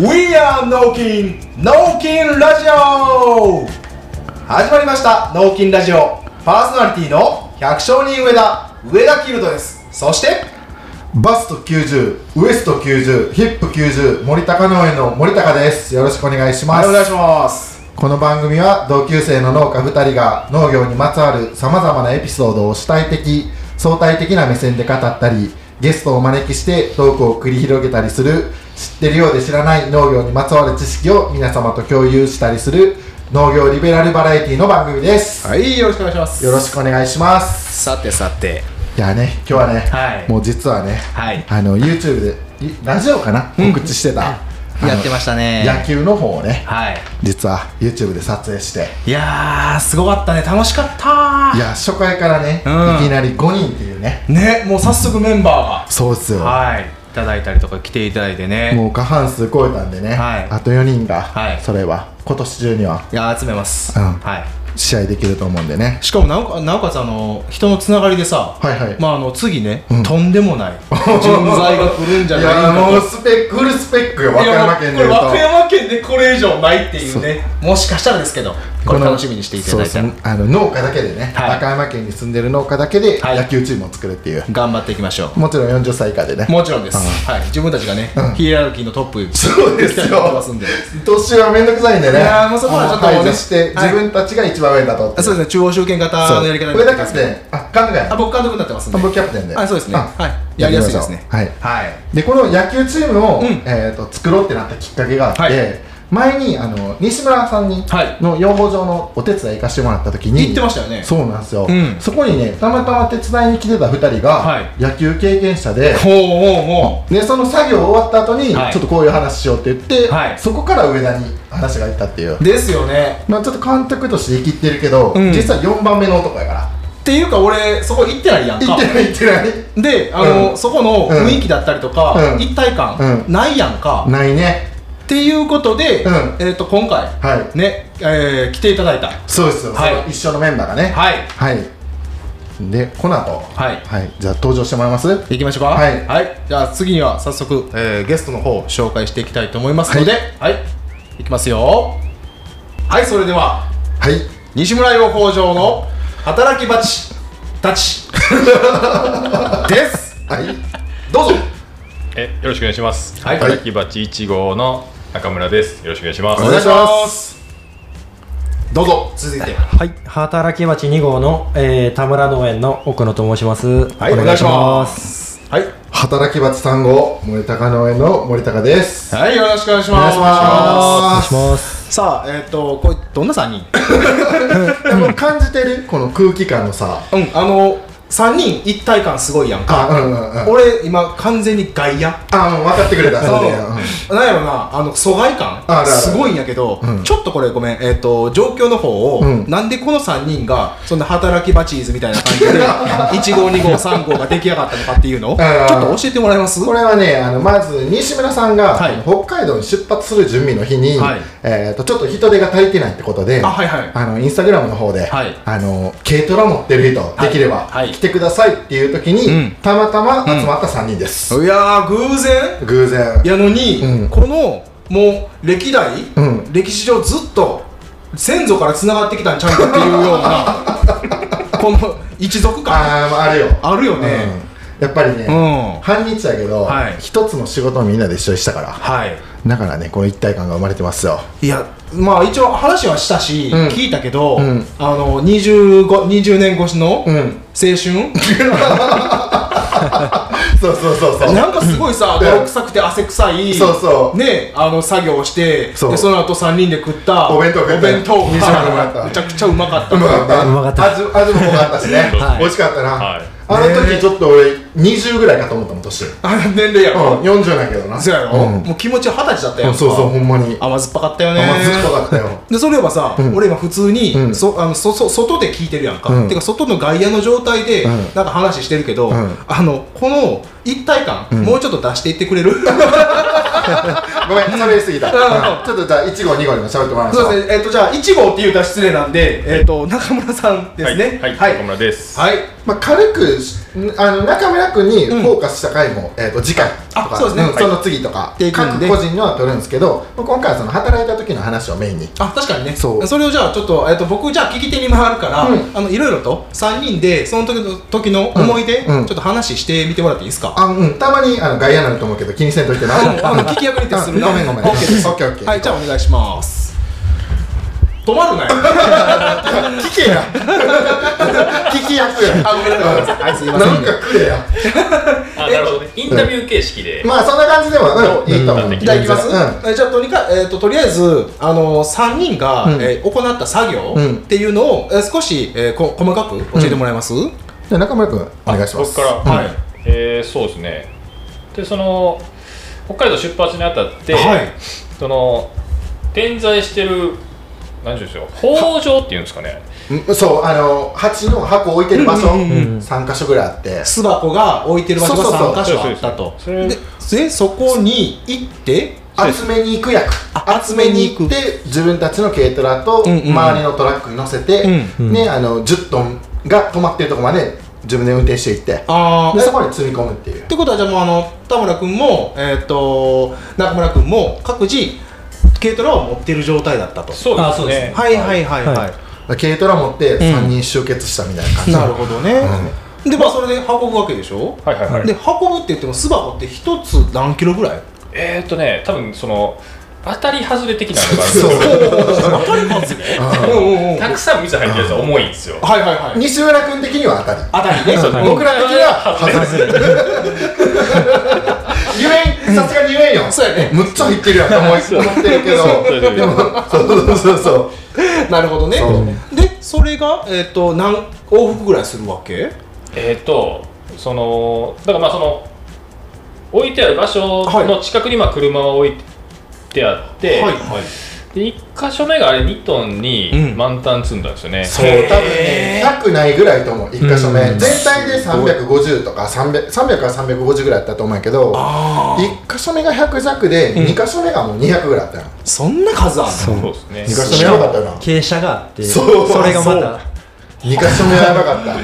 We are 脳筋ラジオ始まりました。脳筋ラジオパーソナリティの百姓人上田キルドです。そしてバスト90、ウエスト90、ヒップ90、森高農園の森高です。よろしくお願いします。 はい、お願いします。 この番組は同級生の農家2人が農業にまつわるさまざまなエピソードを主体的、相対的な目線で語ったり、ゲストをお招きしてトークを繰り広げたりする、知ってるようで知らない農業にまつわる知識を皆様と共有したりする農業リベラルバラエティの番組です。 はい、よろしくお願いします。 よろしくお願いします。 さていやね、今日はね、 はい、 もう実はね、 はい、 YouTube でラジオかな、告知してた、 やってましたね。 野球の方をね、 はい、 実は YouTube で撮影して、 いやーすごかったね、楽しかったー。 いや初回からね、いきなり5人っていうね、 もう早速メンバーがそうっすよ、 はい、いただいたりとか来ていただいてね、 もう過半数超えたんでね、 はい、 あと4人が、 はい、 それは今年中にはいや集めます、 はい、試合できると思うんでね。 しかもなおかつ人のつながりでさ、 はいはい、 まあ次ね、とんでもない人材が来るんじゃないかと。 いやもうフルスペックよ、和歌山県でいうと。 和歌山県でこれ以上ないっていうね、もしかしたらですけど、これ楽しみにしていただいたら、 農家だけでね、和歌山県に住んでる農家だけで野球チームを作るっていう、 頑張っていきましょう。 もちろん40歳以下でね、 もちろんです、はい、自分たちがね、ヒエラルキーのトップそうですよ、年はめんどくさいんでね、 いやもうそこはちょっと外して自分たちが一番上だと。 そうですね、中央集権型のやり方で。 上田キャプテン、監督や。 僕監督になってますんで。 僕キャプテンで。 そうですね、はい、やりやすいですね。 はい、でこの野球チームを作ろうってなったきっかけがあって、前に西村さんにの養蜂場のお手伝い行かせてもらった時に行ってましたよね。 そうなんですよ、そこにねたまたま手伝いに来てた2人が野球経験者で、でその作業終わった後にちょっとこういう話しようって言って、そこから上田に話がいったっていう。 ですよね。 まあちょっと監督として生きってるけど、実は4番目の男やからっていうか、俺そこ行ってないやんか。 行ってないで、そこの雰囲気だったりとか、一体感ないやんか。 ないねっていうことで、今回ね、来ていただいた。 そうですよ、一緒のメンバーがね。はいで、この後、じゃあ登場してもらいます。 いきましょうか。はい、じゃあ次には早速ゲストの方を紹介していきたいと思いますので、いきますよ。はい、それでは西村養蜂場の働き蜂たちです。どうぞ。 よろしくお願いします。働き蜂1号の中村です。よろしくお願いします。 お願いします。どうぞ続いて。 はい、働き蜂2号の田村農園の奥野と申します。 はい、お願いします。はい、 働き蜂3号森高農園の森高です。 はい、よろしくお願いします。 お願いします。 さあ、これどんな3人感じてるこの空気感のさ、 3人一体感すごいやんか。俺今完全に外野。 分かってくれた。それでなんやろな、疎外感すごいんやけど、ちょっとこれごめん、状況の方を、なんでこの3人がそんな働きバチーズみたいな感じで1号2号3号が出来上がったのかっていうのをちょっと教えてもらえます？ これはね、まず西村さんが北海道に出発する準備の日にちょっと人手が足りてないってことで、インスタグラムの方で軽トラ持ってる人できれば来てくださいっていう時にたまたま集まった3人です。 いやー偶然やのに、このもう歴代、歴史上ずっと先祖からつながってきたんちゃうかっていうようなこの一族感あるよね。 やっぱりね、半日やけど一つの仕事をみんなで一緒にしたから、だからねこの一体感が生まれてますよ。いやまあ一応話はしたし、聞いたけど、20年越しの青春そうなんかすごいさ、泥臭くて汗臭いね、作業をして、でその後3人で食ったお弁当がめちゃくちゃうまかった。 味も濃かったしね、美味しかったな。あの時ちょっと俺20ぐらいかと思ったもん、年。 年齢やろ。 40なんやけどな。 そうやろ。もう気持ちは20歳だったやんか。 そうほんまに甘酸っぱかったよね。 甘酸っぱかったよ。 でそれはさ、俺今普通に外で聞いてるやんか。てか外の外野の状態でなんか話してるけど、この一体感もうちょっと出していってくれる？ ごめん喋りすぎた。ちょっとじゃあ1号2号にも喋ってもらいましょう。 そうですね。じゃあ1号って言うたら失礼なんで、中村さんですね。 はい中村です。 はい。 まあ軽く中村君にフォーカスした回も次回とか、 そうですね。 その次とか各個人には取るんですけど、今回はその働いた時の話をメインに。 確かにね。 それをじゃあちょっと僕じゃあ聞き手に回るからいろいろと3人でその時の思い出ちょっと話してみてもらっていいですか。 たまに外野になると思うけど気にせんといてな。 聞き役に徹するな。 ごめん。 オッケーです。 オッケー。 はい、じゃあお願いします。止まるなよ。 聞けや。聞き役や。 ごめんなさい。はい、すいません。 なんかくれや。 なるほどね。インタビュー形式で。 まあそんな感じでもいいと思う。 じゃあいきます。じゃあとりあえず3人が行った作業っていうのを少し細かく教えてもらえます？ じゃあ中村君お願いします。 僕から。はい。そうですね。で北海道出発にあたって点在してる何でしょう、北条っていうんですかね。 そう蜂の箱を置いてる場所3カ所ぐらいあって、 巣箱が置いてる場所が3カ所あったと。でそこに行って集めに行く役、集めに行って自分たちの軽トラと周りのトラックに乗せて10トンが止まってるところまで自分で運転していってでそこに積み込むっていう。 ってことはじゃあもう田村君も中村君も各自軽トラを持っている状態だったと。 そうですね。 はい軽トラ持って3人集結したみたいな感じ。 なるほどね。でそれで運ぶわけでしょ。 はいはいはい。 で運ぶって言っても巣箱って一つ何キロぐらい？ 多分当たり外れ的なのがあるんですよ。 当たり外れ？ たくさん水入ってるやつは重いんですよ。 西村君的には当たり。 ね。 僕ら的には外れ。さすがに言えんよ。 そうやね。 むっちゃ入ってるやんと思ってるけど、でもそうなるほどね。でそれが何往復ぐらいするわけ？ だから置いてある場所の近くに車は置いてあって、で1箇所目があれ2トンに満タン積んだんですよね。 そう、多分ね100ないぐらいと思う。1箇所目全体で350とか300から350ぐらいだったと思うんやけど、1箇所目が100弱で2箇所目がもう200ぐらいあったよ。 そんな数あるの？ そうですね。 2箇所目やばかったよな。 傾斜があってそれがまた 2箇所目はやばかった。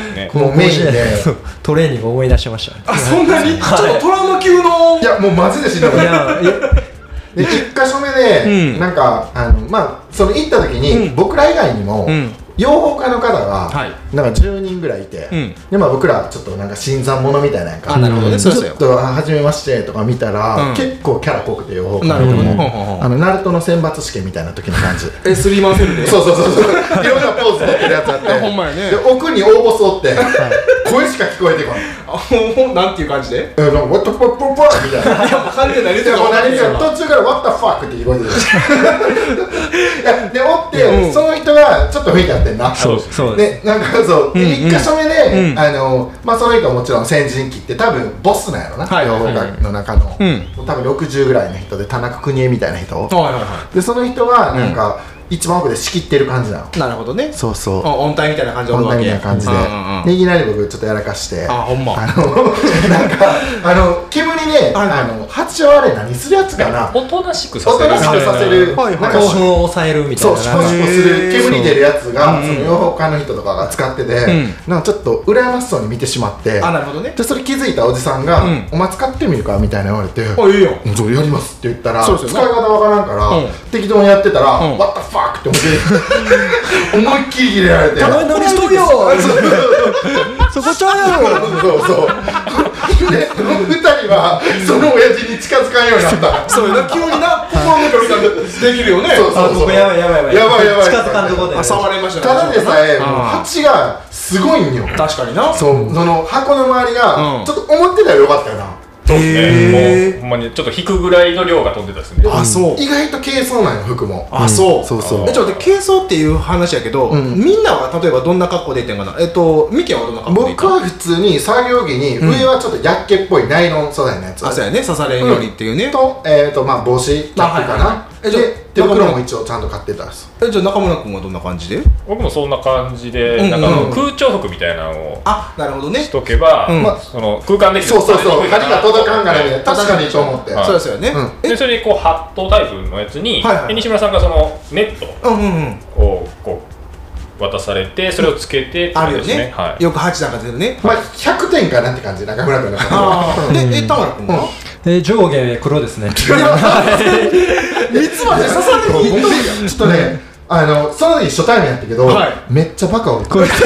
もうメインでトレーニング思い出しました。 そんなに？ちょっとトラウマ級の。 いやもうマジでしんどかった。で1箇所目でなんかその行った時に僕ら以外にも養蜂家の方がなんか10人ぐらいいて、で僕らちょっとなんか新参者みたいなやんか。 なるほどね。 ちょっと初めましてとか見たら結構キャラ濃くて養蜂家の人もナルトの選抜試験みたいな時の感じ。 スリーマンセルで。 そういろんなポーズ取ってるやつあって、 ほんまやね。 で奥に応募そうって声しか聞こえてこない。 なんていう感じで？ What the fuck みたいな。 いや完全に何言ってるか分かんないけど途中から What the fuck って聞こえてる。いやでおってその人がちょっと雰囲気あってんな。 そうでなんか1箇所目でその人はもちろん先陣切って多分ボスなんやろな、養蜂家の中の多分60ぐらいの人で田中邦衛みたいな人で、その人はなんか一番奥で仕切ってる感じなの。 なるほどね。 そう音体みたいな感じで音体みたいな感じでいきなり僕ちょっとやらかしてほんまなんか煙で蜂をあれ何するやつかな、 おとなしくさおとなしくさせる興奮を抑えるみたいな。 そうシコシコする煙出るやつがその養蜂家の人とかが使っててなんかちょっと羨ましそうに見てしまって、 なるほどね。 でそれ気づいたおじさんが「お前使ってみるか?」みたいな言われて「 いいよそうやります」って言ったら使い方わからんから適当にやってたら「What the fuck」って思って思いっきり入れられて「 何しとるよそこちゃうよ」 そうで2人はその親父に近づかんようになった。 そうやな、急にな心の距離感できるよね。 そうやばい近づかんとこで触れましたね。 ただでさえ蜂がすごいんよ。 確かにな。 その箱の周りがちょっと思ってたよりよかったよな。 そうですね。もうほんまにちょっと引くぐらいの量が飛んでたですね。 意外と軽装なんよ服も。 そうちょっと待って、軽装っていう話やけど、みんなは例えばどんな格好でいってんかな。ミケはどんな格好でいった？ 僕は普通に作業着に上はちょっとヤッケっぽいナイロン素材のやつ。 そうやね、刺されんようにっていうね。 と帽子キャップかな。 じゃあ手袋も一応ちゃんと買ってたんです。 じゃあ中村君はどんな感じで？ 僕もそんな感じで、なんか空調服みたいなのをなるほどねしとけば、その空間できる。 そう針が届かんからね、確かにと思って。 そうですよね。 でそれでこうハットタイプのやつに西村さんがそのネットをこう渡されて、それをつけてあるよね。よく8なんか出るね。 まあ100点かなって感じ、中村君の。 で田村君は？ 上下黒ですね。いつまで刺されに行っとるやん。 ちょっとね、その時初対面やったけど、めっちゃバカおる。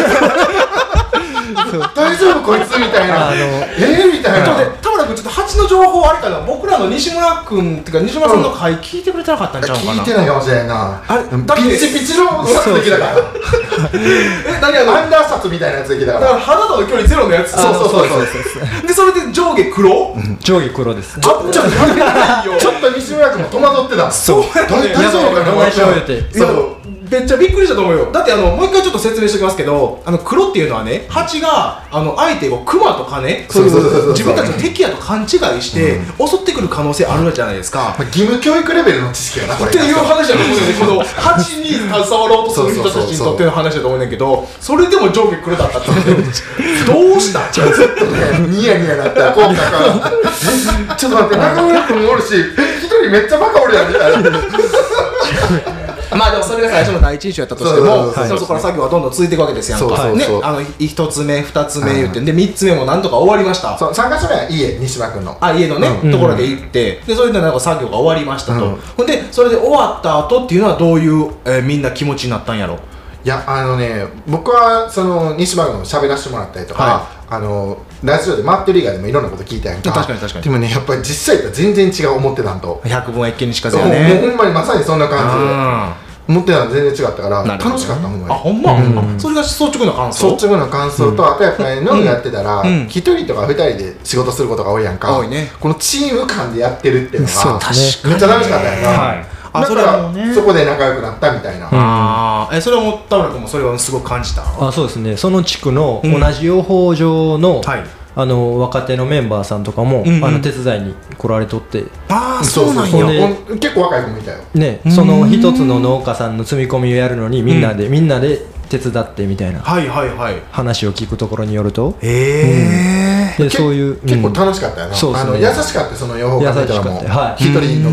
大丈夫こいつみたいな。みたいな。 田村君ちょっと蜂の情報あれかな。僕らの西村君ってか西村さんの回聞いてくれてなかったんちゃうかな。 聞いてないかもしれないな。 あれピチピチのシャツできたから。アンダーシャツみたいなやつできたから。 だから肌との距離ゼロのやつ。そうでそれで上下黒？ 上下黒です。 ちょっと西村君も戸惑ってた。 そうやね。 大丈夫かな。 そう。めっちゃびっくりしたと思うよ。だってもう一回ちょっと説明しておきますけど、黒っていうのはね、蜂が相手をクマとかね、そういう自分たちの敵やと勘違いして襲ってくる可能性あるじゃないですか。 義務教育レベルの知識やなこれ。 っていう話だと思うんだよね。この蜂に携わろうとする人たちにとっての話だと思うんだけど、それでも上下黒だったってどうした？ ちょっとね、ニヤニヤなった。効果が。ちょっと待って、中村君もおるし、一人めっちゃバカおるやんみたいな。 まあでもそれが最初の第一印象やったとしても、そこから作業はどんどん続いていくわけですやんか。1つ目2つ目言ってで3つ目もなんとか終わりました。 3か所目は家、西村君の家のねところで行って、でそれでなんか作業が終わりましたと。ほんでそれで終わった後っていうのはどういうみんな気持ちになったんやろ。 いや僕はその西村君の喋らせてもらったりとか、ラジオで回ってる以外でもいろんなこと聞いたやんか。 確かに確かに。 でもね、やっぱり実際と全然違う思ってたんと。 百聞は一見にしかずやね。 もうほんまにまさにそんな感じで。思ってたの全然違ったから楽しかった。ほんまに。 ほんま。それが率直な感想。 率直な感想と、あとやっぱり飲みやってたら1人とか2人で仕事することが多いやんか。 多いね。 このチーム感でやってるっていうのがめっちゃ確楽しかったやんな。だからそこで仲良くなったみたいな。 それはもう田村君もそれはすごく感じた？ そうですね。その地区の同じ養蜂場の若手のメンバーさんとかも手伝いに来られとって。 そうなんや。 結構若い子もいたよね。その一つの農家さんの積み込みをやるのにみんなで手伝ってみたいな話を聞くところによると、でそういう結構楽しかったよな。 そうですね。 優しかった。その養蜂家の人らも一人除いて。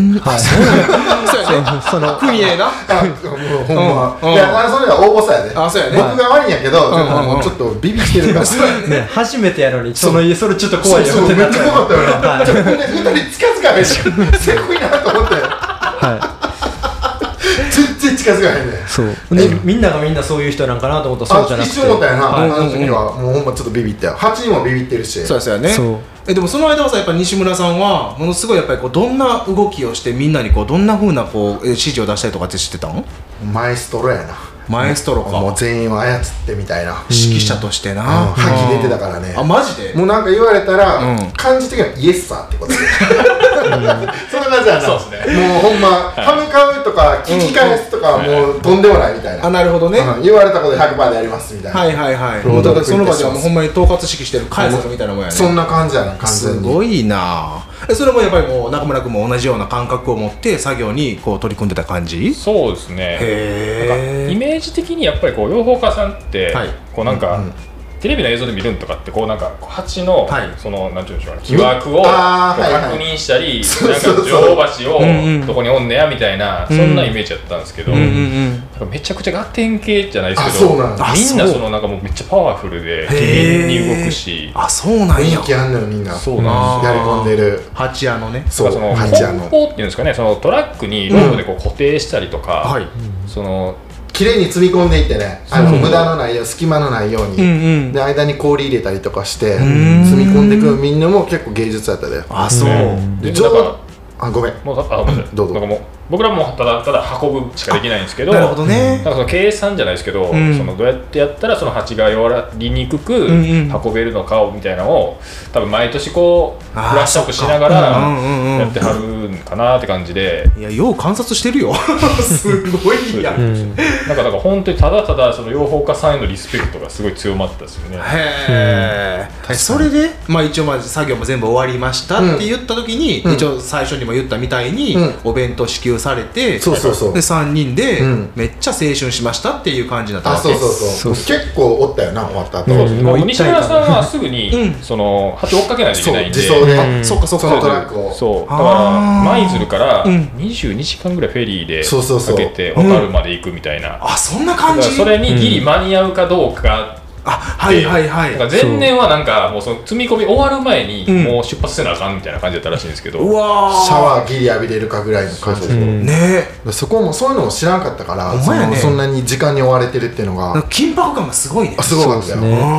その国へな。 ほんま。いやそれは応募さやで。僕が悪いんやけど、ちょっとビビってるから。 初めてやのにそれちょっと怖いよ。 めっちゃ怖かったよな。2人近づかへんし、せこいなと思って。全然近づかへんね。 そうでみんながみんなそういう人なんかなと思ったらそうじゃなくて、 一瞬思ったよな。あの時はもうほんまちょっとビビったよ。8人もビビってるし。 そうですよね。でもその間はさ、やっぱ西村さんはものすごいやっぱりどんな動きをしてみんなにどんな風な指示を出したりとかって知ってたの？ マエストロやな。 マエストロか。 もう全員を操ってみたいな。 指揮者としてな。 覇気出てたからね。 マジで？ もうなんか言われたら感じ的にはイエスサーってことで。そんな感じやな。 そうですね。 もうほんま歯向かうとか聞き返すとかもうとんでもないみたいな。 なるほどね。 言われたことで 100% でやりますみたいな。 はいはいはい。もうだからその場ではもうほんまに統括指揮してるカエサルみたいなもんやね。 そんな感じやな、完全に。 すごいな。それもやっぱりもう中村君も同じような感覚を持って作業に取り組んでた感じ？ そうですね。なんかイメージ的にやっぱり養蜂家さんってなんかテレビの映像で見るんとかってなんか蜂のそのなんていうんでしょうね、木枠を確認したり、なんか女王蜂をどこにおんねやみたいな、そんなイメージだったんですけど、めちゃくちゃガテン系じゃないですけど、みんなそのなんかもうめっちゃパワフルで機敏に動くし、 そうなんや。 雰囲気あんのよみんな。 そうなんですよ。 やり込んでる蜂屋のね。 そう、 蜂屋の梱包っていうんですかね、そのトラックにロープで固定したりとか、その綺麗に積み込んでいってね、無駄のないよう、隙間のないように、で間に氷入れたりとかして積み込んでいく。みんなも結構芸術だったで。 そうでごめん、 どうぞ。僕らもただただ運ぶしかできないんですけど、なんかその計算じゃないですけど、そのどうやってやったらその蜂が弱りにくく運べるのかみたいなのを多分毎年ブラッシュアップしながらやってはるんかなって感じで。いや、よう観察してるよ。すごいや。なんか本当にただただその養蜂家さんへのリスペクトがすごい強まったですよね。へえ。 それで、まあ、一応作業も全部終わりましたって言った時に、一応最初にも言ったみたいに、お弁当支給されて、 そうそうそう、 で3人でめっちゃ青春しましたっていう感じだったわけ。 そうそうそう結構おったよな終わった後。 もう西村さんはすぐにその蜂追っかけないといけないんで、 自走でそっかそっか、 トラックを、 そうだから舞鶴から22時間ぐらいフェリーでかけて小樽まで行くみたいな。 あ、そんな感じ。 それにギリ間に合うかどうか。 はいはいはい。 前年はなんかもうその積み込み終わる前にもう出発せなあかんみたいな感じだったらしいんですけど、 うわー、 シャワーギリ浴びれるかぐらいの感じでしょ。 ねえ、そこもそういうのも知らんかったから、そんなに時間に追われてるっていうのが緊迫感がすごいね。 すごかったよ。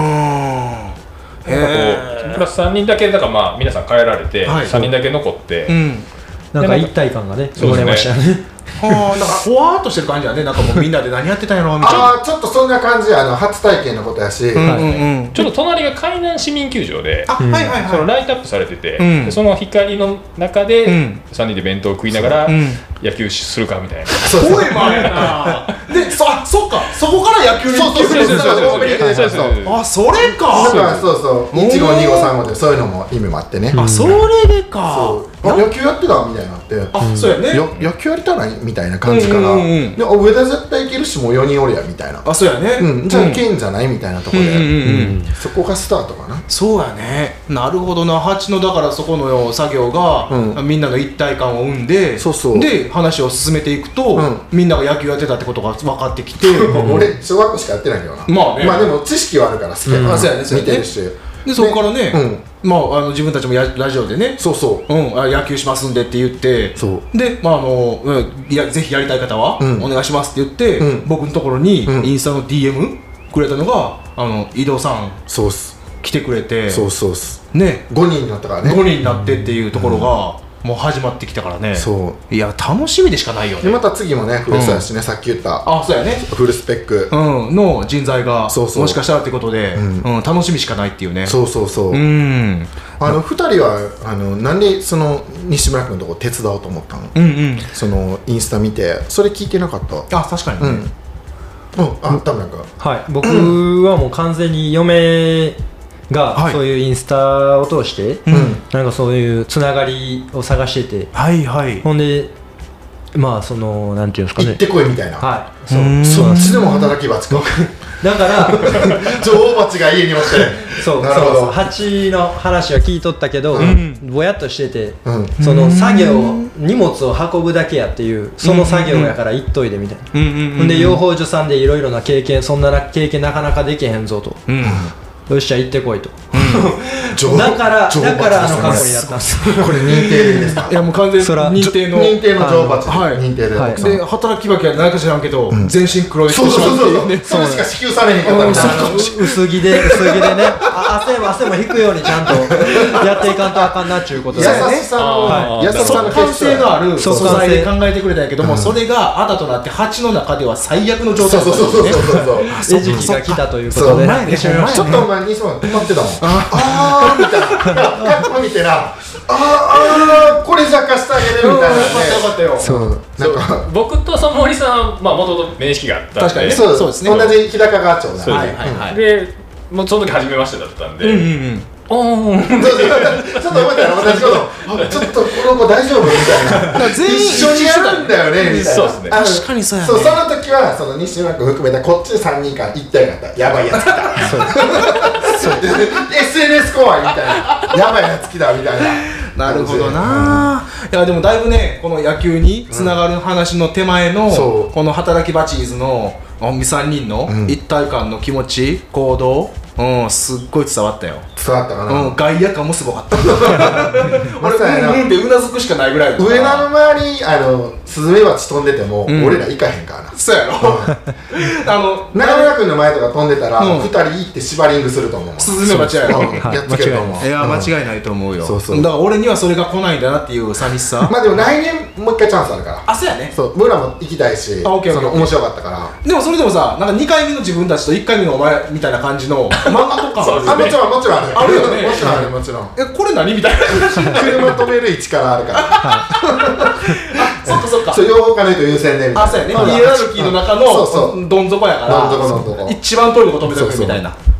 プラス3人だけだから、まあ皆さん帰られて3人だけ残って、 なんか一体感がね生まれましたよね。 なんかほわーっとしてる感じだね。なんかもうみんなで何やってたんやろみたいな。 ああ、ちょっとそんな感じ。初体験のことやし、 ちょっと隣が海南市民球場で、そのライトアップされてて、でその光の中で3人で弁当を食いながら野球するかみたいな。 声もあるな。で、そっか、そこから野球に行ってるんですよ。あ、それか。 だからそうそう、1号2号3号でそういうのも意味もあってね。 あ、それでか。 野球やってたみたいになって、 あ、そうやね。 野球やりたないみたいな感じから、で上田絶対いけるしもう4人おるやみたいな。 あ、そうやね。 じゃあいけんじゃないみたいなところで、そこがスタートかな。 そうやね。なるほどな。蜂のだからそこの作業がみんなの一体感を生んで、で話を進めていくと、みんなが野球やってたってことが分かってきて、 俺小学校しかやってないけどな。まあでも知識はあるから好きやな。見てるし。 でそこからね、自分たちもラジオでね、野球しますんでって言って、でぜひやりたい方はお願いしますって言って、僕のところにインスタの DM くれたのが井戸さん来てくれて、 ね、5人になったからね。 5人になってっていうところがもう始まってきたからね。いや楽しみでしかないよね。 また次もねフルスやしね、さっき言ったそうやね、 フルスペックの人材がもしかしたらってことで楽しみしかないっていうね。 そう2人はなんでその西村君のとこ手伝おうと思ったの？そのインスタ見てそれ聞いてなかった。 確かにね。 田村君。 はい、僕はもう完全に嫁がそういうインスタを通して、なんかそういうつながりを探してて、ほんでまあそのなんていうんですかね、 行ってこいみたいな。 そっちでも働き蜂か。 だから女王蜂が家におってそう蜂の話は聞いとったけど、ぼやっとしてて、その作業荷物を運ぶだけやっていうその作業やから行っといてみたいな。ほんで養蜂所さんでいろいろな経験、そんな経験なかなかできへんぞと。よっしゃ行ってこいと。だから格好になったんです。 これ認定でいいですか？ いやもう完全に認定の女王蜂認定で。 で働き蜂は何か知らんけど全身黒い。 そうそれしか支給されへんかったみたいな。 薄着でね、汗も引くようにちゃんとやっていかんとあかんなっちゅうことで。 優しさの感性のある素材で考えてくれたんやけども、それがあだとなって蜂の中では最悪の状態だったんですね。 餌食が来たということでね。 ちょっとお前に止まってたもん。みたいな。カッコ見てな。これじゃかしてあげるみたいな。よかったよ。 僕とその森さんはもともと面識があったんで。 確かにそうですね。 同じ日高川町だ。で、もうその時初めましてだったんで。 ちょっと思ったら同じこと。ちょっとこの子大丈夫みたいな。全員一緒にやるんだよねみたいな。 そうですね。 確かにそうやね。 その時はその西村君含めたこっち3人から1体があった。やばいやつ来た。SNS 怖いみたいな。やばいやつ来たみたいな。 なるほどな。いやでもだいぶねこの野球につながる話の手前のこの働きバチーズの3人の一体感の気持ち行動。すっごい伝わったよ。 伝わったかな。 外野感もすごかった。俺ってうなずくしかないぐらい。 上田の周りスズメバチ飛んでても俺ら行かへんからな。 そうやろ。 中村君の前とか飛んでたら2人行ってシバリングすると思う。 スズメバチやろ。 やっつけると思う。 いや間違いないと思うよ。だから俺にはそれが来ないんだなっていう寂しさ。 まあでも来年もう一回チャンスあるから。 そうやね。 僕らも行きたいし面白かったから。 でもそれでもさなんか2回目の自分たちと1回目のお前みたいな感じの漫画とかもちろんあるよね。もちろんこれ何みたいな。 車止める位置からあるから。 そっかそっか。 そう両方から言うと優先でみたいな。 そうやね。ヒエラルキーの中のどん底やから一番遠いとこ止めてくるみたいな。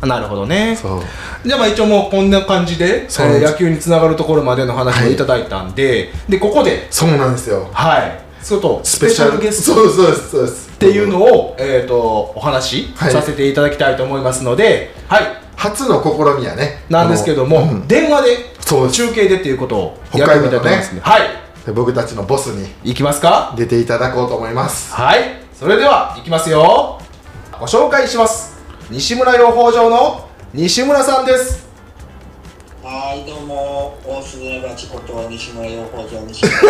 なるほどね。 そうじゃあまあ一応もうこんな感じで、野球につながるところまでの話をいただいたんで、でここでそうなんですよ。 はいちょっとスペシャルゲストそうですそうですっていうのをお話しさせていただきたいと思いますので、はい、 初の試みやねなんですけども、電話で中継でっていうことをやってみたいと思いますね。はい。 で僕たちのボスに行きますか。 出ていただこうと思います。 はい。それでは行きますよ。ご紹介します。西村養蜂場の西村さんです。 はいどうも大スズメバチこと西村養蜂場西村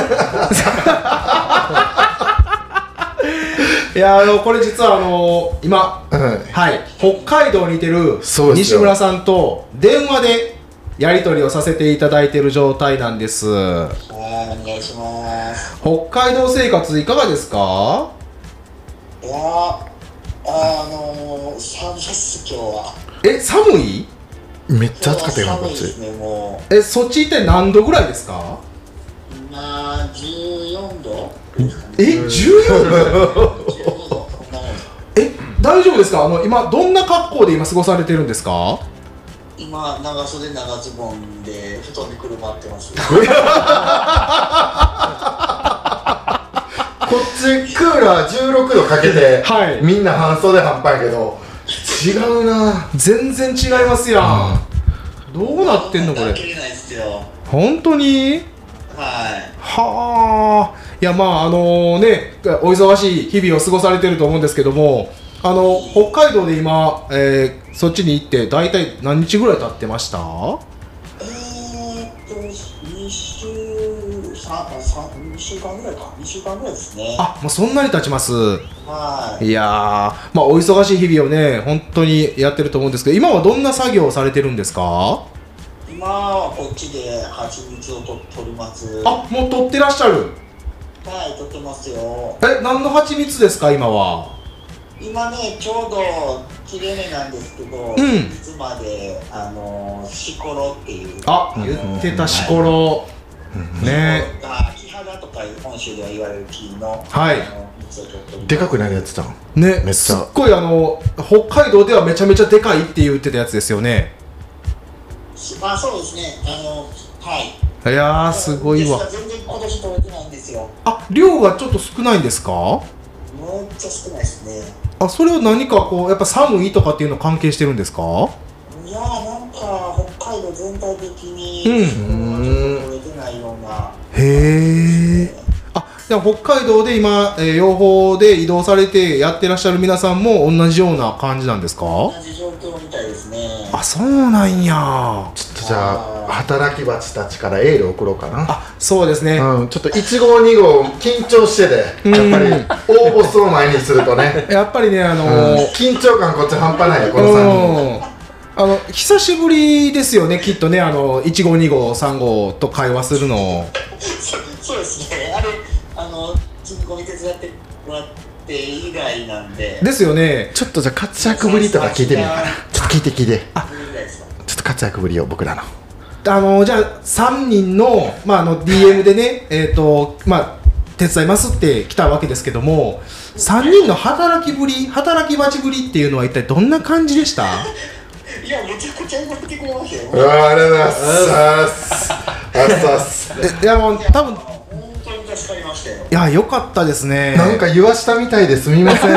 いやこれ実は今、はい、北海道にいてる西村さんと電話でやり取りをさせていただいている状態なんです。 はいお願いします。 北海道生活いかがですか。 いや寒いっす今日は。 寒い。 めっちゃ暑かったよこっち。 寒いですねもう。そっちって何度ぐらいですか。 今14度。 14度。大丈夫ですか。今どんな格好で今過ごされてるんですか。 今長袖長ズボンで布団にくるまってます。こっちクーラー16度かけて、 はい、 みんな半袖半端やけど違うな。 全然違いますやん。どうなってんのこれ。本当に。はあ。いやまあねお忙しい日々を過ごされてると思うんですけども、北海道で今、そっちに行って大体何日ぐらい経ってました？ 2週間ぐらいか。2週間ぐらいですね。 あ、もうそんなに経ちます。 はい。 いやまあお忙しい日々をね本当にやってると思うんですけど、今はどんな作業をされてるんですか？ 今はこっちで蜂蜜を取ります。 あ、もう取ってらっしゃる。 はい、取ってますよ。 何の蜂蜜ですか今は？ 今ねちょうど切れ目なんですけど、いつまでシコロっていう。 あ、言ってたシコロ。ね。 木肌とか本州では言われる木の。 はい。 でかくなるやつだ。 ね。めっちゃ。すっごい北海道ではめちゃめちゃでかいって言ってたやつですよね。 まあそうですね。はい。 いやーすごいわ。 全然今年取れてないんですよ。 あ、量がちょっと少ないんですか？ めっちゃ少ないですね。 あ、それは何かこうやっぱ寒いとかっていうの関係してるんですか？ いやなんか北海道全体的に取れてないような。 へえ。あ、じゃあ北海道で今、養蜂で移動されてやってらっしゃる皆さんも同じような感じなんですか？ 同じ状況みたいですね。 あ、そうなんや。 ちょっとじゃあ働き蜂たちからエール送ろうかな。 あ、そうですね。 ちょっと1号2号緊張してて、やっぱり大ボスを前にするとねやっぱりね緊張感こっち半端ないよこの3人。 久しぶりですよねきっとね1号2号3号と会話するの。 そうですね。積み込み手伝ってもらって以来なんで。 ですよね。 ちょっとじゃあ活躍ぶりとか聞いてみようかな。ちょっと聞いて。ちょっと活躍ぶりを僕らの。 じゃあ3人の、DM でね手伝いますって来たわけですけども、3人の働き蜂ぶりっていうのは一体どんな感じでした？ いや、めちゃくちゃやってくれましたよ。 ありがとうございます。 いやもう多分本当に助かりましたよ。 いや良かったですね。 なんか言わしたみたいですみません。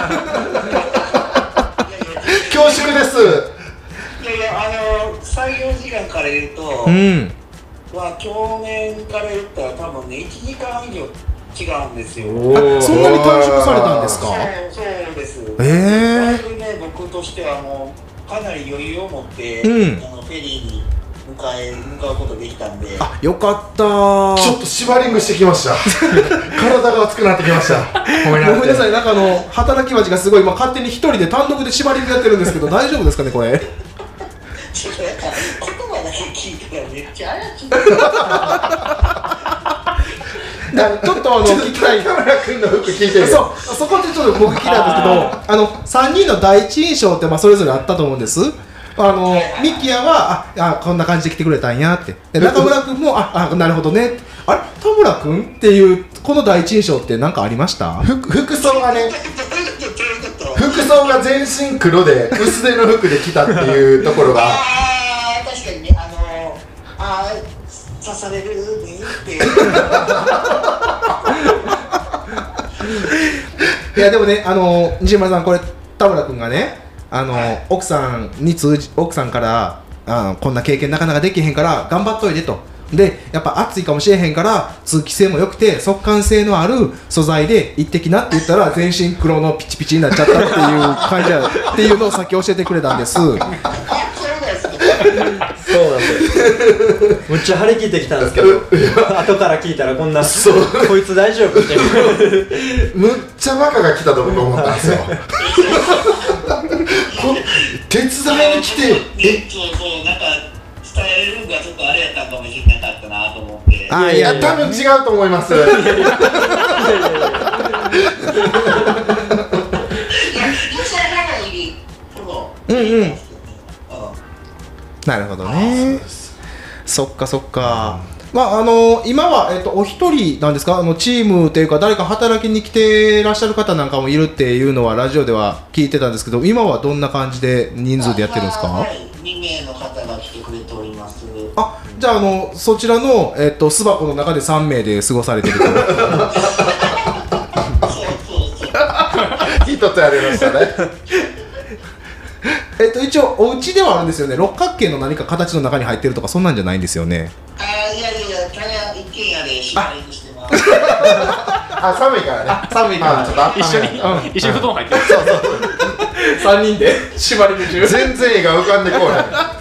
恐縮です。 いや作業時間から言うと、去年から言ったら多分ね1時間以上違うんですよ。 そんなに短縮されたんですか？ そうです。だいぶね僕としてはかなり余裕を持って、フェリーに向かうことできたんで。 あ、よかった。ちょっとシバリングしてきました。体が熱くなってきました。 ごめんなさい、なんか働き蜂がすごい今勝手に一人で単独でシバリングやってるんですけど大丈夫ですかねこれ。 ちょっと言葉だけ聞いてめっちゃ怪しい。 ちょっと聞きたい。 田村君の服聞いてる。 そこでちょっと僕聞きたいんですけど、3人の第一印象ってそれぞれあったと思うんです。ミキヤはこんな感じで来てくれたんやって、で中村君もなるほどね、あれ田村君っていうこの第一印象って何かありました？ 服装がね、服装顔が全身黒で薄手の服で来たっていうところが確かにね、刺されるねっていやでもね、西村さん、これ田村君がね、奥さんからこんな経験なかなかできへんから頑張っといてと。でやっぱ暑いかもしれへんから通気性も良くて速乾性のある素材で行ってきなって言ったら全身黒のピチピチになっちゃったっていう感じやっていうのをさっき教えてくれたんです。 そうなんですよ。むっちゃ張り切ってきたんですけど後から聞いたらこんなこいつ大丈夫ってむっちゃバカが来たと僕思ったんですよ手伝いに来てそうなんか伝えるのがちょっとあれやったんかもしれなかったなと思って。 いや多分違うと思いますなるほどね。そっかそっか。まあ今はお一人なんですか？チームというか誰か働きに来ていらっしゃる方なんかもいるっていうのはラジオでは聞いてたんですけど、今はどんな感じで人数でやってるんですか？ はい、2名の方が来てくれております。 じゃあそちらの巣箱の中で3名で過ごされてると。 一つやりましたね一応お家ではあるんですよね。六角形の何か形の中に入ってるとかそんなんじゃないんですよね。 いやただ一軒家で縛りにしてます。 寒いからね。 寒いから一緒に布団入ってる。 3人で縛りに中。 全然絵が浮かんでこない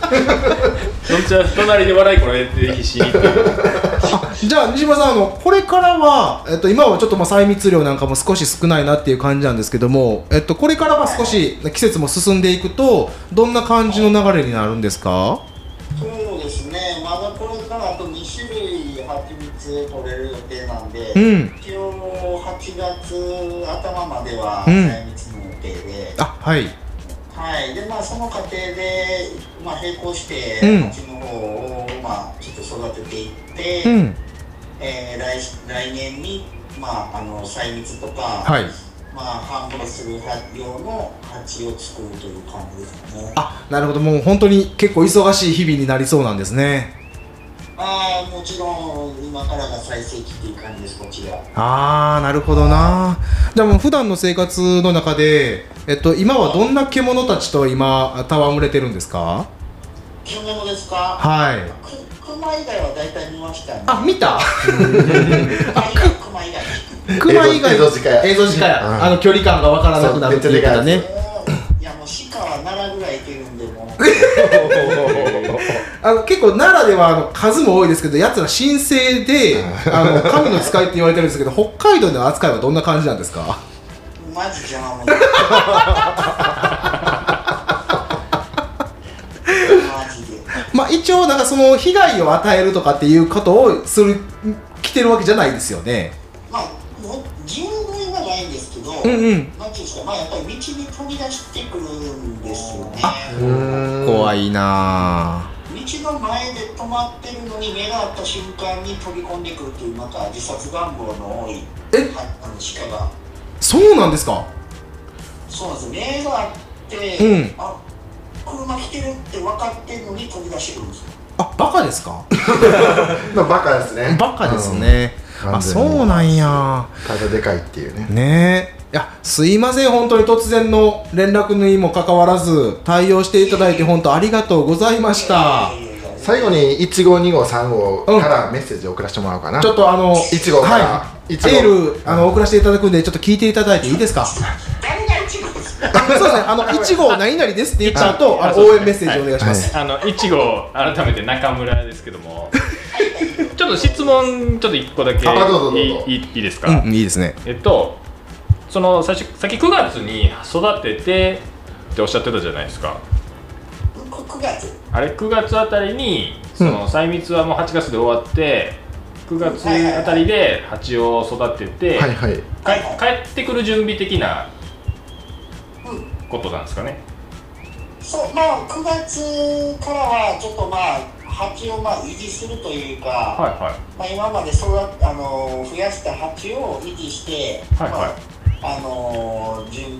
隣で笑いこられて必死にっていう。 じゃあ西村さんこれからは、今はちょっと細密量なんかも少し少ないなっていう感じなんですけども、これからは少し季節も進んでいくとどんな感じの流れになるんですか？ そうですね、まだこれからあと2種類蜂蜜取れる予定なんで、一応8月頭までは細蜜の予定で、 はい、 でその過程で、並行して蜂の方を、ちょっと育てていって、来年に、細蜜とか、販売する用の蜂を作るという感じですね。 なるほど。もう本当に結構忙しい日々になりそうなんですね。 もちろん今からが最盛期っていう感じです、こちら。 なるほどな。じゃあもう普段の生活の中で、今はどんな獣たちと今戯れてるんですか？ 獣ですか？ はい。 熊以外は大体見ましたね。 見た？ 熊以外。 映像時間や。距離感がわからなくなるっていう方ね。 いやもう鹿は奈良ぐらいいけるんでも結構奈良では数も多いですけど、やつら神聖で神の使いって言われてるんですけど、北海道での扱いはどんな感じなんですか？ マジ邪魔者。 一応なんかその被害を与えるとかっていうことを来てるわけじゃないですよね。 人類はないんですけど、なんていうんですか、やっぱり道に飛び出してくるんですよね。 怖いな。 道の前で止まってるのに目が合った瞬間に飛び込んでくるという自殺願望の多い鹿が。 そうなんですか？ そうなんです。目があって、車来てるって分かってるのに飛び出してくるんですよ。 バカですか？ バカですね。 バカですね。そうなんや。 体でかいっていうね。 いや、すいません、本当に突然の連絡にもかかわらず対応していただいて本当ありがとうございました。 最後に1号2号3号からメッセージを送らせてもらおうかな。 ちょっと 1号からエール送らせていただくんで、ちょっと聞いていただいていいですか？ 誰が1号ですか？ そうですね、1号何々ですって言っちゃうと応援メッセージお願いします。 1号改めて中村ですけどもちょっと質問ちょっと1個だけいいですか？ いいですね。 そのさっき9月に育ててっておっしゃってたじゃないですか。 9月 9月あたりにその細蜜はもう8月で終わって9月あたりで蜂を育てて帰ってくる準備的なことなんですかね。 そう、9月からはちょっと蜂を維持するというか、今まで増やした蜂を維持して、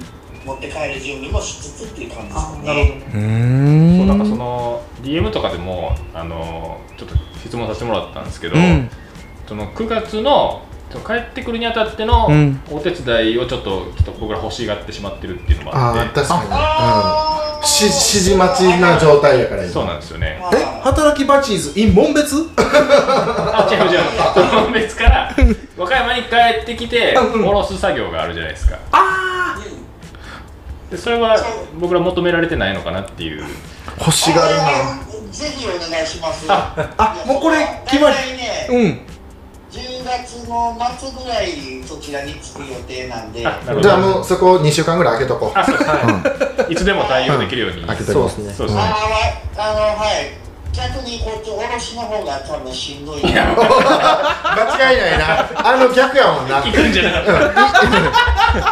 持って帰る準備もしつつっていう感じですね。 なるほど。そうなんかその DM とかでもちょっと質問させてもらったんですけど、その9月の帰ってくるにあたってのお手伝いをちょっと僕ら欲しがってしまってるっていうのもあって。 確かに。指示待ちな状態やから。 そうなんですよね。 働きバチーズ in 紋別？ 違う紋別から和歌山に帰ってきて下ろす作業があるじゃないですか。でそれは僕ら求められてないのかなっていう。 欲しがるな。 ぜひお願いします。 もうこれ決まり。 10月の末ぐらいそちらに着く予定なんで。 じゃあもうそこ2週間ぐらい空けとこう。 いつでも対応できるように。 空けとこう。 そうですね。 はい。逆にこっち卸の方が多分しんどい。間違いないな。逆やもんな。 聞くんじゃなかった。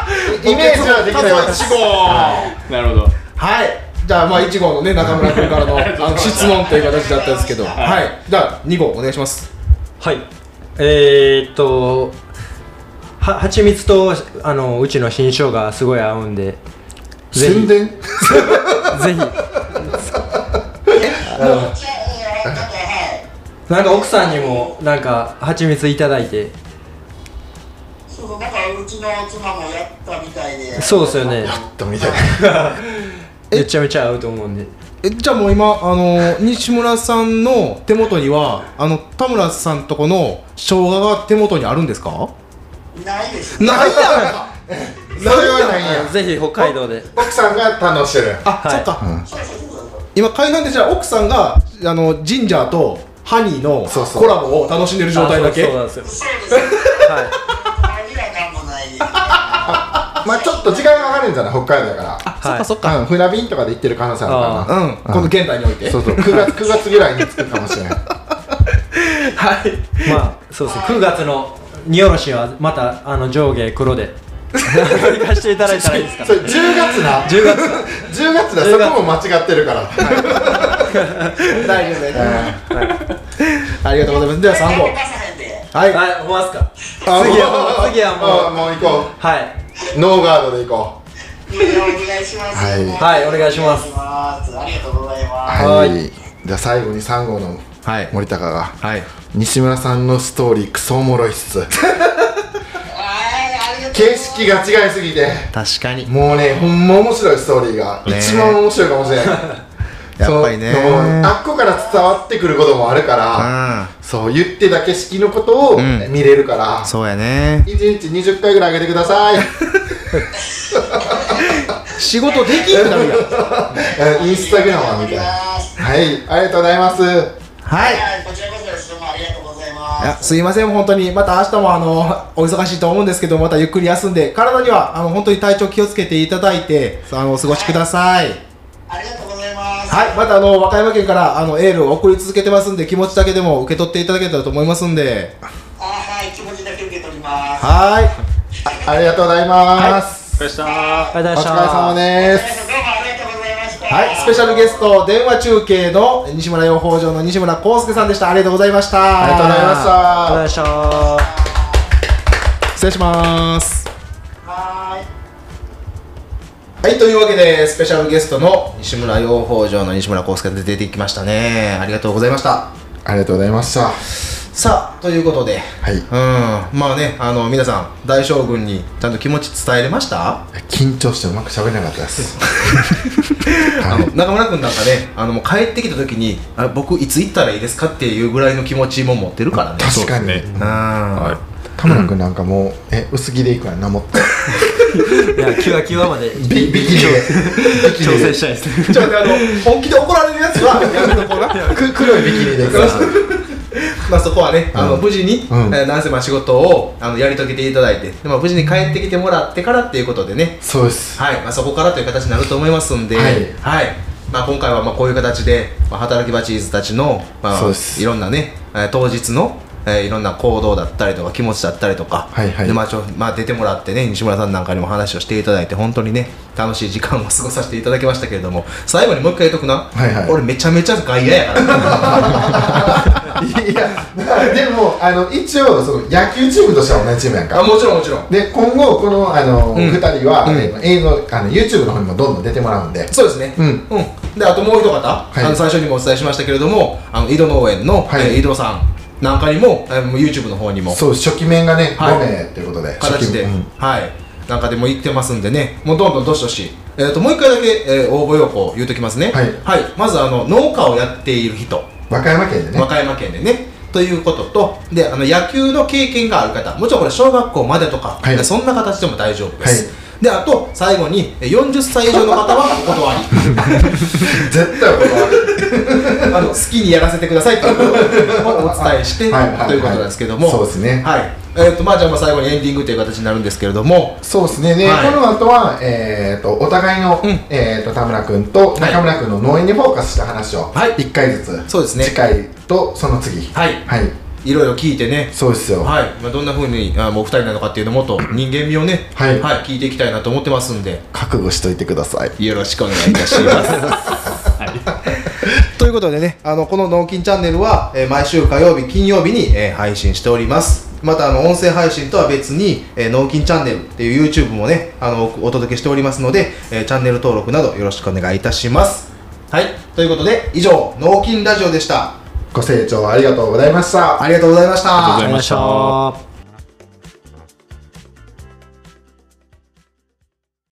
イメージはできないわ。 なるほど。 はい。じゃあまあ1号のね中村君からの質問という形だったんですけど、はい。じゃあ2号お願いします。 はい。蜂蜜とうちの新生姜すごい合うんで。 宣伝？ぜひ。 なんか奥さんにもなんか蜂蜜いただいて。 そうなんかうちの妻もやったみたいで。 そうですよね。 やったみたい。 めちゃめちゃ合うと思うんで。 じゃあもう今西村さんの手元には田村さんとこの生姜が手元にあるんですか？ ないです。 ないやん。 それはないんや。 ぜひ北海道で。 奥さんが堪能してる。 そっか。今海南でじゃあ奥さんがジンジャーとハニーのコラボを楽しんでる状態だけ。 そうなんですよ。 そうです。はい。なんもない。 まあちょっと時間がかかるんじゃない、北海道だから。 そっかそっか。 船便とかで行ってる可能性あるかな。この現代において。 そう9月ぐらいに着くかもしれない。はい。 まあそうですね。9月の荷下ろしはまた上下黒で行かせていただいたらいいですか。 それ10月な。10月だ。そこも間違ってるから。 大丈夫です。ありがとうございます。では3号。はい。 思いますか。次はもう行こう。 はい。 ノーガードで行こお願いします。 はい、お願いします。 ありがとうございます。 はい。じゃあ最後に3号の森高が、西村さんのストーリークソおもろいっす。形式が違いすぎて、 確かにもうね、ほんま面白いストーリーが一番面白いかもしれない。 やっぱりね、 あっこから伝わってくることもあるから、そう言ってた景色のことを見れるから、 そうやね。 1日20回ぐらい上げてください。 仕事できんのや。 インスタグラマーみたいな。はい、ありがとうございます。 はい。 こちらこそです。どうもありがとうございます。 いや、すいません、本当にまた明日もお忙しいと思うんですけど、またゆっくり休んで、体には本当に体調気をつけていただいてお過ごしください。 ありがとうございます。 はい、また和歌山県からエールを送り続けてますんで、気持ちだけでも受け取っていただけたらと思いますんで。 はい、気持ちだけ受け取ります。 はい、 ありがとうございます。 お疲れ様です。どうもありがとうございました。はい、スペシャルゲスト電話中継の西村養蜂場の西村康介さんでした。ありがとうございました。 ありがとうございました。 ありがとうございました。 失礼します。 はい、 というわけでスペシャルゲストの西村養蜂場の西村康介で出てきましたね。ありがとうございました。 ありがとうございました。 さあ、ということで、まあね、皆さん大将軍にちゃんと気持ち伝えれました？ 緊張してうまく喋れなかったです。 中村君なんかね、もう帰ってきた時に僕いつ行ったらいいですかっていうぐらいの気持ちも持ってるからね。 確かに。田村君なんかもう薄着でいくからな、もっと。 いや、キワキワまでビキニで調整したいですね。 ちょっと本気で怒られるやつはやめとこうな。 黒いビキニでいくから。 まあそこはね、無事に、なんせ仕事をやり遂げていただいて、無事に帰ってきてもらってからっていうことでね。 そうです。 はい、そこからという形になると思いますんで、はい、今回はこういう形で働きバチーズたちのいろんなね当日のいろんな行動だったりとか気持ちだったりとか、でまあ出てもらってね、西村さんなんかにも話をしていただいて本当にね楽しい時間を過ごさせていただきましたけれども、最後にもう一回言っとくな、俺めちゃめちゃ外野やからいやでも一応その野球チームとしては同じチームやんか。 もちろんもちろん。 で今後この2人は映像YouTube の方にもどんどん出てもらうんで。 そうですね。であともう一方、最初にもお伝えしましたけれども、井戸農園の井戸さんなんかにも YouTube の方にもそう初期面がね5名ということで形でなんかでも言ってますんでね、もうどんどんどしどしもう一回だけ応募要項言うときますね。まず農家をやっている人、 和歌山県でねということと、で野球の経験がある方、もちろんこれ小学校までとかそんな形でも大丈夫です。であと最後に40歳以上の方はお断り絶対お断り好きにやらせてくださいということをお伝えしてということなんですけども、 そうですね。 じゃあ最後にエンディングという形になるんですけれども、 そうですね。この後はお互いの田村君と中村君の農園にフォーカスした話を1回ずつ、 そうですね、 次回とその次いろいろ聞いてね、 そうですよ。 どんな風にもう2人なのかっていうのもっと人間味をね、聞いていきたいなと思ってますんで、 覚悟しといてください。 よろしくお願いいたしますということでね、この農金チャンネルは毎週火曜日金曜日に配信しております。また音声配信とは別に農金チャンネルっていう YouTube もねお届けしておりますので、チャンネル登録などよろしくお願いいたします。ということで以上農金ラジオでした。 ご清聴ありがとうございました。 ありがとうございました。 ありがとうございました。